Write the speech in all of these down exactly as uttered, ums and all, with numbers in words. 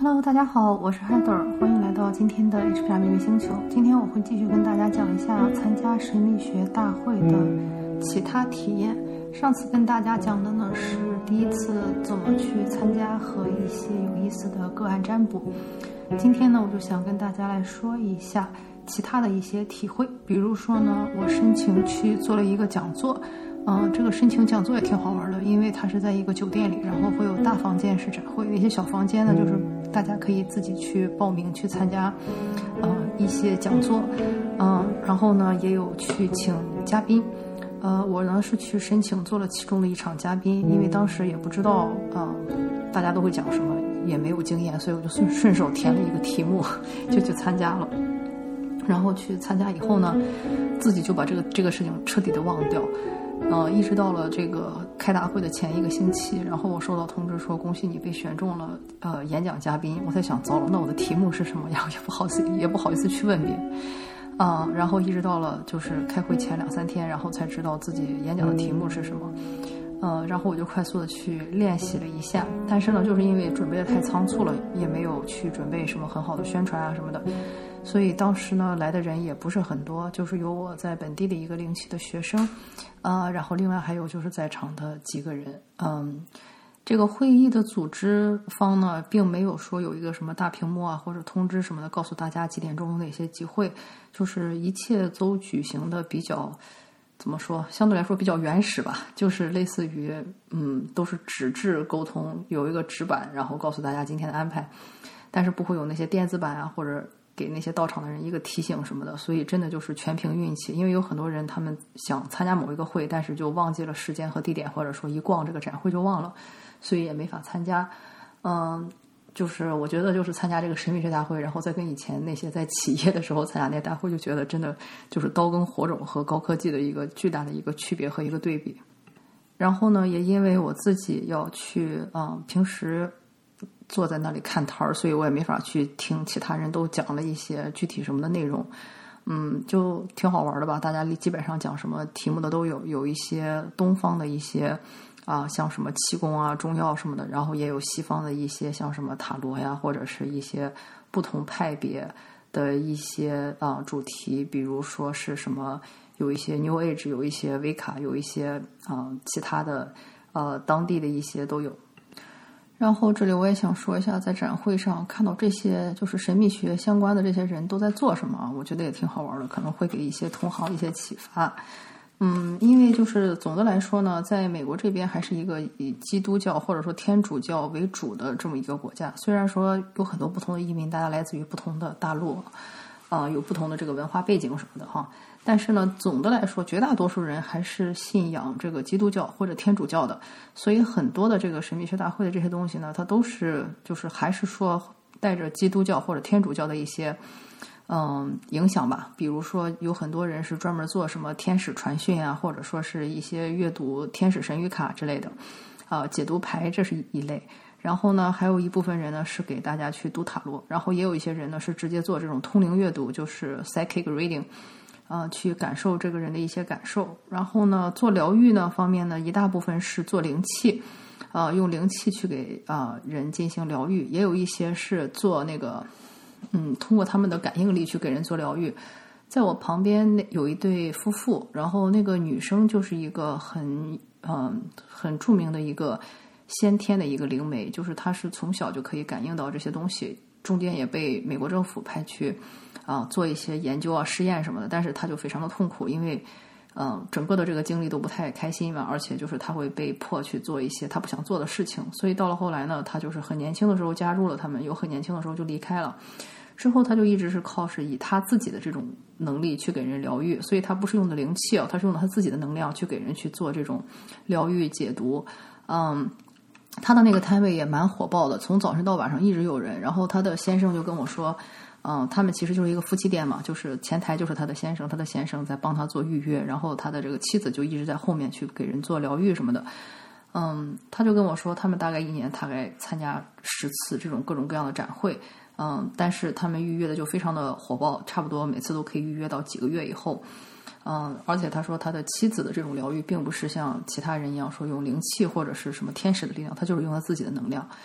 Hello， 大家好，我是 Heather， 欢迎来到今天的 H P R 秘密星球。今天我会继续跟大家讲一下参加神秘学大会的其他体验。上次跟大家讲的呢是第一次怎么去参加和一些有意思的个案占卜。今天呢，我就想跟大家来说一下其他的一些体会。比如说呢，我申请去做了一个讲座。嗯，这个申请讲座也挺好玩的，因为它是在一个酒店里，然后会有大房间是展会，一些小房间呢，就是大家可以自己去报名去参加，呃，一些讲座，嗯，然后呢也有去请嘉宾，呃，我呢是去申请做了其中的一场嘉宾，因为当时也不知道，呃，大家都会讲什么，也没有经验，所以我就顺顺手填了一个题目，就去参加了。然后去参加以后呢，自己就把这个这个事情彻底的忘掉。呃，一直到了这个开大会的前一个星期，然后我收到通知说恭喜你被选中了呃演讲嘉宾，我在想糟了，那我的题目是什么呀？也不好意思也不好意思去问别人啊、呃。然后一直到了就是开会前两三天，然后才知道自己演讲的题目是什么。呃，然后我就快速的去练习了一下，但是呢，就是因为准备的太仓促了，也没有去准备什么很好的宣传啊什么的，所以当时呢来的人也不是很多，就是有我在本地的一个灵气的学生，呃，然后另外还有就是在场的几个人，嗯，这个会议的组织方呢，并没有说有一个什么大屏幕啊或者通知什么的，告诉大家几点钟有哪些集会，就是一切都举行的比较。怎么说？相对来说比较原始吧，就是类似于，嗯，都是纸质沟通，有一个纸板，然后告诉大家今天的安排，但是不会有那些电子版啊，或者给那些到场的人一个提醒什么的，所以真的就是全凭运气。因为有很多人他们想参加某一个会，但是就忘记了时间和地点，或者说一逛这个展会就忘了，所以也没法参加。嗯。就是我觉得就是参加这个神秘学大会，然后再跟以前那些在企业的时候参加那大会，就觉得真的就是刀耕火种和高科技的一个巨大的一个区别和一个对比。然后呢，也因为我自己要去嗯，平时坐在那里看摊儿，所以我也没法去听其他人都讲了一些具体什么的内容。嗯，就挺好玩的吧，大家基本上讲什么题目的都有，有一些东方的一些啊，像什么气功啊、中药什么的，然后也有西方的一些像什么塔罗呀，或者是一些不同派别的一些啊主题，比如说是什么，有一些 New Age， 有一些维卡，有一些啊其他的呃当地的一些都有。然后这里我也想说一下，在展会上看到这些就是神秘学相关的这些人都在做什么，我觉得也挺好玩的，可能会给一些同行一些启发。嗯，因为就是总的来说呢，在美国这边还是一个以基督教或者说天主教为主的这么一个国家。虽然说有很多不同的移民，大家来自于不同的大陆，啊、呃，有不同的这个文化背景什么的哈。但是呢，总的来说，绝大多数人还是信仰这个基督教或者天主教的。所以很多的这个神秘学大会的这些东西呢，它都是就是还是说带着基督教或者天主教的一些。嗯，影响吧。比如说，有很多人是专门做什么天使传讯啊，或者说是一些阅读天使神谕卡之类的，啊、呃，解读牌这是一类。然后呢，还有一部分人呢是给大家去读塔罗，然后也有一些人呢是直接做这种通灵阅读，就是 psychic reading， 啊、呃，去感受这个人的一些感受。然后呢，做疗愈呢方面呢，一大部分是做灵气，啊、呃，用灵气去给啊、呃、人进行疗愈，也有一些是做那个。嗯，通过他们的感应力去给人做疗愈。在我旁边有一对夫妇，然后那个女生就是一个很嗯很著名的一个先天的一个灵媒，就是她是从小就可以感应到这些东西，中间也被美国政府派去啊、呃、做一些研究啊实验什么的，但是她就非常的痛苦，因为嗯、呃、整个的这个经历都不太开心嘛，而且就是她会被迫去做一些她不想做的事情，所以到了后来呢，她就是很年轻的时候加入了他们，有很年轻的时候就离开了。之后他就一直是靠是以他自己的这种能力去给人疗愈，所以他不是用的灵气啊，他是用的他自己的能量去给人去做这种疗愈解读。嗯，他的那个摊位也蛮火爆的，从早上到晚上一直有人。然后他的先生就跟我说，嗯，他们其实就是一个夫妻店嘛，就是前台就是他的先生，他的先生在帮他做预约，然后他的这个妻子就一直在后面去给人做疗愈什么的。嗯，他就跟我说，他们大概一年大概参加十次这种各种各样的展会。嗯，但是他们预约的就非常的火爆，差不多每次都可以预约到几个月以后。嗯，而且他说他的妻子的这种疗愈并不是像其他人一样说用灵气或者是什么天使的力量，他就是用他自己的能量。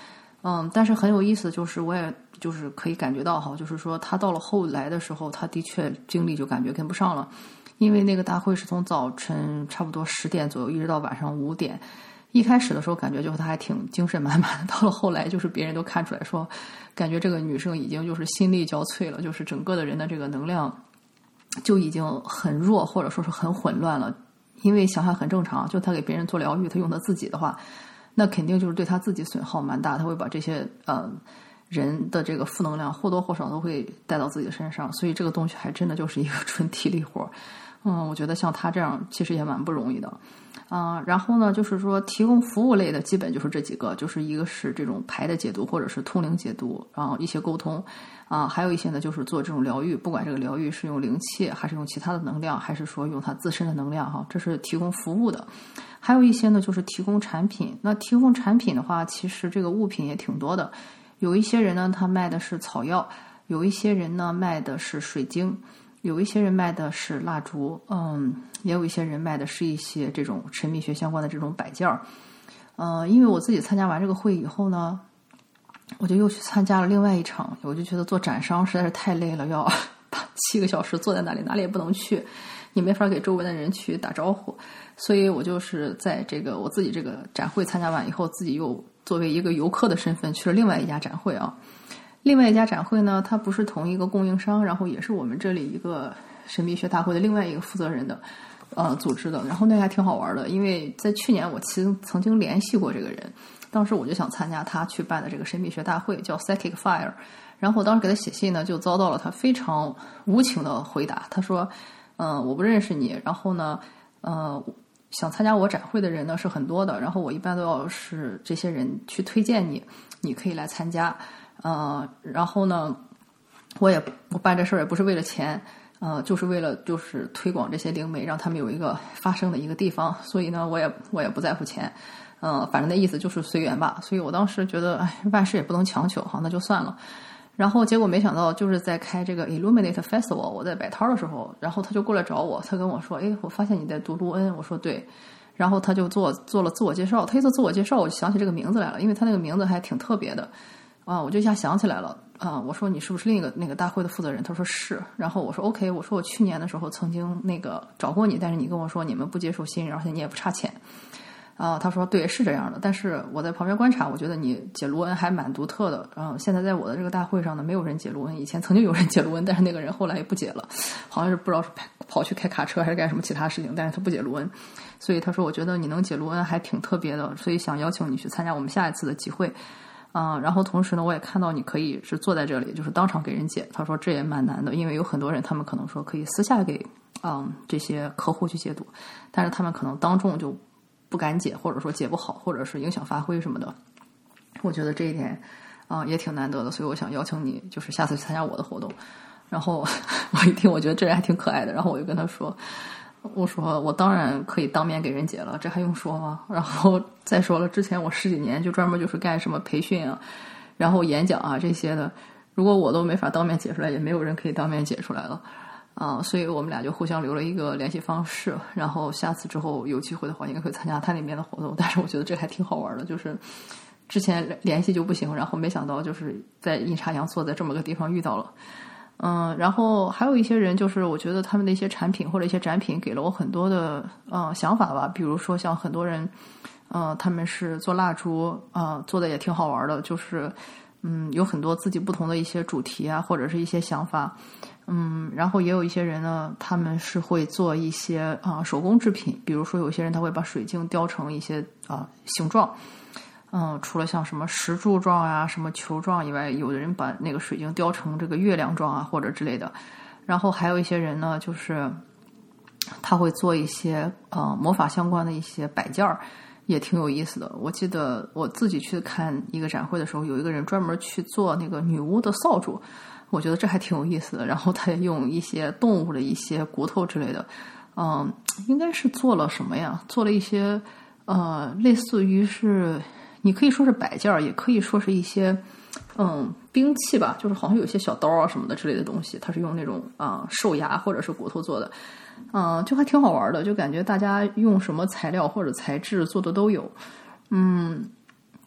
嗯，但是很有意思，就是我也就是可以感觉到哈，就是说他到了后来的时候，他的确精力就感觉跟不上了，因为那个大会是从早晨差不多十点左右一直到晚上五点。一开始的时候感觉就是他还挺精神满满的，到了后来就是别人都看出来说，感觉这个女生已经就是心力交瘁了，就是整个的人的这个能量就已经很弱，或者说是很混乱了。因为想想很正常，就他给别人做疗愈，他用他自己的话，那肯定就是对他自己损耗蛮大，他会把这些呃人的这个负能量或多或少都会带到自己的身上，所以这个东西还真的就是一个纯体力活。嗯，我觉得像他这样其实也蛮不容易的。啊、呃，然后呢，就是说提供服务类的基本就是这几个，就是一个是这种牌的解读，或者是通灵解读，然后一些沟通，啊、呃，还有一些呢就是做这种疗愈，不管这个疗愈是用灵气，还是用其他的能量，还是说用他自身的能量，哈，这是提供服务的。还有一些呢就是提供产品，那提供产品的话，其实这个物品也挺多的，有一些人呢他卖的是草药，有一些人呢卖的是水晶。有一些人卖的是蜡烛，嗯，也有一些人卖的是一些这种神秘学相关的这种摆件儿，呃，因为我自己参加完这个会以后呢，我就又去参加了另外一场，我就觉得做展商实在是太累了，要七个小时坐在那里，哪里也不能去，你没法给周围的人去打招呼，所以我就是在这个我自己这个展会参加完以后，自己又作为一个游客的身份去了另外一家展会啊。另外一家展会呢，它不是同一个供应商，然后也是我们这里一个神秘学大会的另外一个负责人的呃组织的，然后那还挺好玩的，因为在去年我其实曾经联系过这个人，当时我就想参加他去办的这个神秘学大会，叫 Psychic Fire， 然后我当时给他写信呢，就遭到了他非常无情的回答，他说嗯、呃，我不认识你，然后呢呃想参加我展会的人呢是很多的，然后我一般都要是这些人去推荐你，你可以来参加。呃，然后呢，我也我办这事儿也不是为了钱，呃，就是为了就是推广这些灵媒，让他们有一个发声的一个地方，所以呢，我也我也不在乎钱，呃，反正那意思就是随缘吧。所以我当时觉得，哎，万事也不能强求，好，那就算了。然后结果没想到，就是在开这个 Illuminate Festival， 我在摆摊的时候，然后他就过来找我，他跟我说，哎，我发现你在读卢恩，我说对。然后他就做做了自我介绍，他一做自我介绍，我就想起这个名字来了，因为他那个名字还挺特别的。啊，我就一下想起来了啊！我说你是不是另一个那个大会的负责人？他说是。然后我说 OK， 我说我去年的时候曾经那个找过你，但是你跟我说你们不接受新人，而且你也不差钱。啊，他说对，是这样的。但是我在旁边观察，我觉得你解卢恩还蛮独特的。然后现在在我的这个大会上呢，没有人解卢恩。以前曾经有人解卢恩，但是那个人后来也不解了，好像是不知道是跑去开卡车还是干什么其他事情，但是他不解卢恩。所以他说我觉得你能解卢恩还挺特别的，所以想邀请你去参加我们下一次的集会。啊、呃，然后同时呢，我也看到你可以是坐在这里，就是当场给人解。他说这也蛮难的，因为有很多人他们可能说可以私下给嗯这些客户去解读，但是他们可能当众就不敢解，或者说解不好，或者是影响发挥什么的。我觉得这一点啊、呃、也挺难得的，所以我想邀请你，就是下次去参加我的活动。然后我一听，我觉得这人还挺可爱的，然后我就跟他说。我说我当然可以当面给人解了，这还用说吗？然后再说了，之前我十几年就专门就是干什么培训啊，然后演讲啊这些的，如果我都没法当面解出来，也没有人可以当面解出来了啊、呃，所以我们俩就互相留了一个联系方式，然后下次之后有机会的话，应该会参加他那边的活动。但是我觉得这还挺好玩的，就是之前联系就不行，然后没想到就是在阴差阳错在这么个地方遇到了。嗯，然后还有一些人，就是我觉得他们的一些产品或者一些展品给了我很多的呃想法吧。比如说像很多人，呃，他们是做蜡烛，呃，做的也挺好玩的，就是嗯，有很多自己不同的一些主题啊，或者是一些想法。嗯，然后也有一些人呢，他们是会做一些啊、呃、手工制品，比如说有些人他会把水晶雕成一些啊、呃、形状。嗯，除了像什么石柱状啊、什么球状以外，有的人把那个水晶雕成这个月亮状啊，或者之类的。然后还有一些人呢，就是他会做一些呃魔法相关的一些摆件儿，也挺有意思的。我记得我自己去看一个展会的时候，有一个人专门去做那个女巫的扫帚，我觉得这还挺有意思的。然后他也用一些动物的一些骨头之类的，嗯，应该是做了什么呀？做了一些呃，类似于是。你可以说是摆件儿，也可以说是一些，嗯，兵器吧，就是好像有些小刀啊什么的之类的东西，它是用那种啊、呃、兽牙或者是骨头做的，嗯、呃，就还挺好玩的，就感觉大家用什么材料或者材质做的都有，嗯，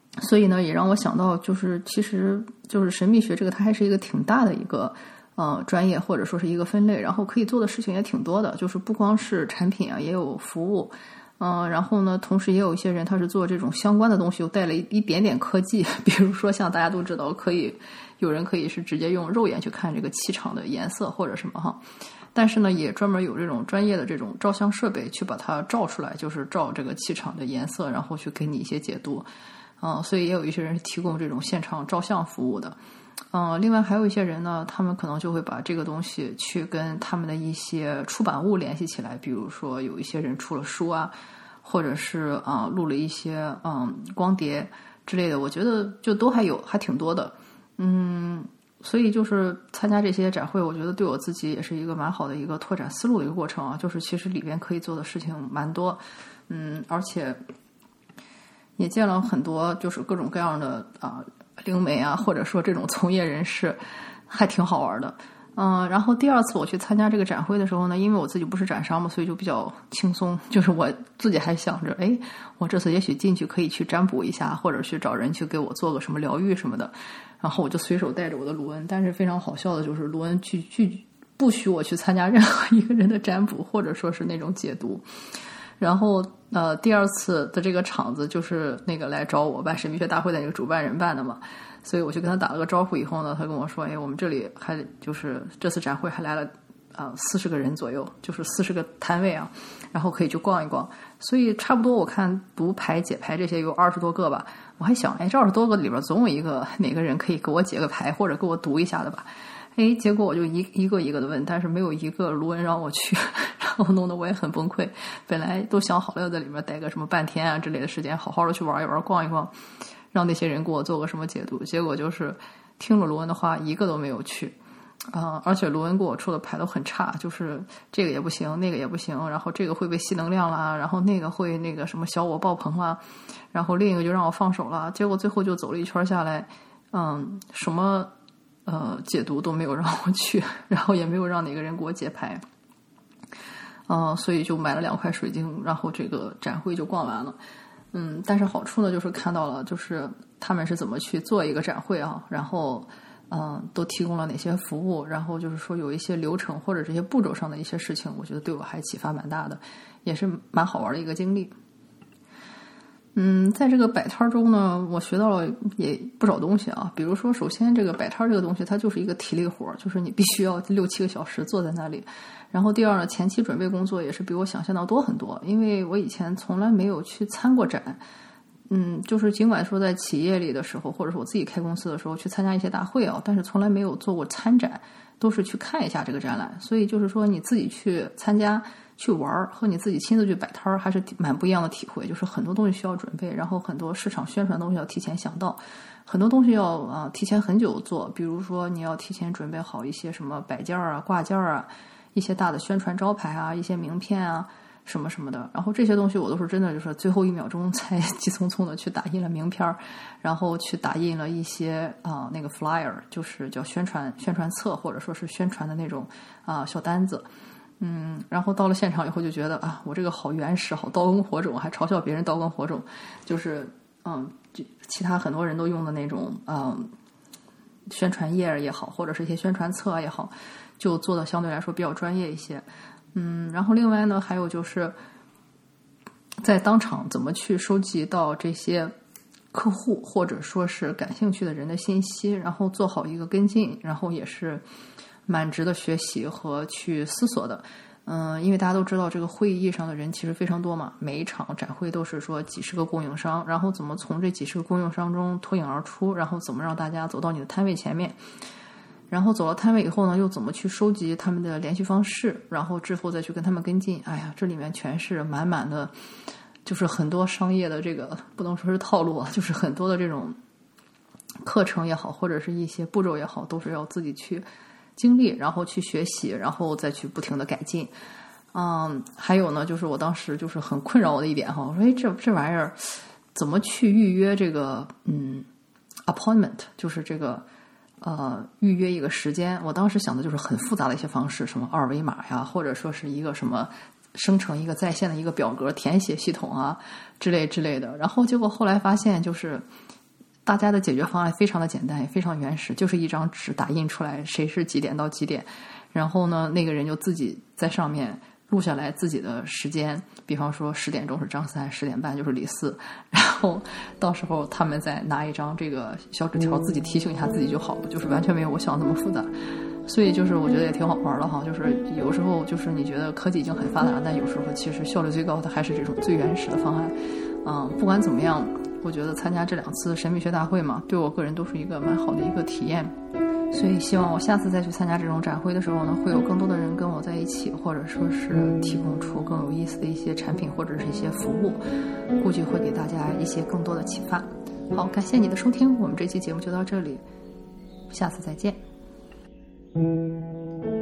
所以呢，也让我想到，就是其实就是神秘学这个，它还是一个挺大的一个呃专业，或者说是一个分类，然后可以做的事情也挺多的，就是不光是产品啊，也有服务，嗯、呃，然后呢，同时也有一些人他是做这种相关的东西，又带了一一点点科技，比如说像大家都知道，可以有人可以是直接用肉眼去看这个气场的颜色或者什么哈。但是呢，也专门有这种专业的这种照相设备去把它照出来，就是照这个气场的颜色，然后去给你一些解读。嗯、呃，所以也有一些人是提供这种现场照相服务的。嗯、呃，另外还有一些人呢，他们可能就会把这个东西去跟他们的一些出版物联系起来，比如说有一些人出了书啊，或者是啊、呃、录了一些嗯光碟之类的，我觉得就都还有，还挺多的。嗯。所以就是参加这些展会，我觉得对我自己也是一个蛮好的一个拓展思路的一个过程啊。就是其实里边可以做的事情蛮多，嗯，而且也见了很多就是各种各样的啊灵媒啊，或者说这种从业人士，还挺好玩的。嗯，然后第二次我去参加这个展会的时候呢，因为我自己不是展商嘛，所以就比较轻松。就是我自己还想着，哎，我这次也许进去可以去占卜一下，或者去找人去给我做个什么疗愈什么的。然后我就随手带着我的卢恩，但是非常好笑的就是卢恩拒拒不许我去参加任何一个人的占卜，或者说是那种解读。然后呃，第二次的这个场子就是那个来找我办神秘学大会的那个主办人办的嘛。所以我就跟他打了个招呼以后呢，他跟我说，哎，我们这里还就是这次展会还来了啊四十个人左右，就是四十个摊位啊，然后可以去逛一逛。所以差不多我看读牌解牌这些有二十多个吧，我还想，哎，这二十多个里边总有一个哪个人可以给我解个牌或者给我读一下的吧。哎，结果我就一一个一个的问，但是没有一个卢恩让我去，然后弄得我也很崩溃。本来都想好了要在里面待个什么半天啊之类的时间，好好的去玩一玩逛一逛，让那些人给我做个什么解读，结果就是听了卢恩的话一个都没有去啊、呃！而且卢恩给我出的牌都很差，就是这个也不行，那个也不行，然后这个会被吸能量啦，然后那个会那个什么小我爆棚啦，然后另一个就让我放手了，结果最后就走了一圈下来，嗯，什么呃解读都没有让我去，然后也没有让哪个人给我解牌，嗯、呃，所以就买了两块水晶，然后这个展会就逛完了。嗯，但是好处呢，就是看到了，就是他们是怎么去做一个展会啊，然后，嗯、呃，都提供了哪些服务，然后就是说有一些流程或者这些步骤上的一些事情，我觉得对我还启发蛮大的，也是蛮好玩的一个经历。嗯，在这个摆摊中呢，我学到了也不少东西啊。比如说，首先这个摆摊这个东西，它就是一个体力活，就是你必须要六七个小时坐在那里。然后第二呢，前期准备工作也是比我想象的多很多，因为我以前从来没有去参过展。嗯，就是尽管说在企业里的时候，或者是我自己开公司的时候去参加一些大会啊，但是从来没有做过参展，都是去看一下这个展览。所以就是说你自己去参加去玩和你自己亲自去摆摊还是蛮不一样的体会，就是很多东西需要准备，然后很多市场宣传的东西要提前想到，很多东西要啊、呃、提前很久做，比如说你要提前准备好一些什么摆件啊、挂件啊，一些大的宣传招牌啊，一些名片啊什么什么的，然后这些东西我都是真的就是最后一秒钟才急匆匆的去打印了名片，然后去打印了一些啊、呃、那个 flyer， 就是叫宣传宣传册或者说是宣传的那种啊、呃、小单子。嗯，然后到了现场以后就觉得啊，我这个好原始，好刀耕火种，还嘲笑别人刀耕火种，就是嗯，其他很多人都用的那种嗯宣传页也好，或者是一些宣传册也好，就做的相对来说比较专业一些。嗯，然后另外呢，还有就是在当场怎么去收集到这些客户或者说是感兴趣的人的信息，然后做好一个跟进，然后也是蛮值得学习和去思索的。嗯，因为大家都知道这个会议上的人其实非常多嘛，每一场展会都是说几十个供应商，然后怎么从这几十个供应商中脱颖而出，然后怎么让大家走到你的摊位前面，然后走到摊位以后呢，又怎么去收集他们的联系方式，然后之后再去跟他们跟进。哎呀，这里面全是满满的，就是很多商业的这个不能说是套路啊，就是很多的这种课程也好，或者是一些步骤也好，都是要自己去经历，然后去学习，然后再去不停的改进。嗯，还有呢，就是我当时就是很困扰我的一点哈，我说哎，这这玩意儿怎么去预约这个嗯 appointment， 就是这个呃预约一个时间。我当时想的就是很复杂的一些方式，什么二维码呀，或者说是一个什么生成一个在线的一个表格填写系统啊之类之类的。然后结果后来发现就是大家的解决方案非常的简单，也非常原始，就是一张纸打印出来，谁是几点到几点，然后呢，那个人就自己在上面录下来自己的时间，比方说十点钟是张三，十点半就是李四，然后到时候他们再拿一张这个小纸条自己提醒一下自己就好了，就是完全没有我想的那么复杂。所以就是我觉得也挺好玩的哈，就是有时候就是你觉得科技已经很发达，但有时候其实效率最高的还是这种最原始的方案。嗯，不管怎么样，我觉得参加这两次神秘学大会嘛，对我个人都是一个蛮好的一个体验。所以希望我下次再去参加这种展会的时候呢，会有更多的人跟我在一起，或者说是提供出更有意思的一些产品或者是一些服务，估计会给大家一些更多的启发。好，感谢你的收听，我们这期节目就到这里，下次再见。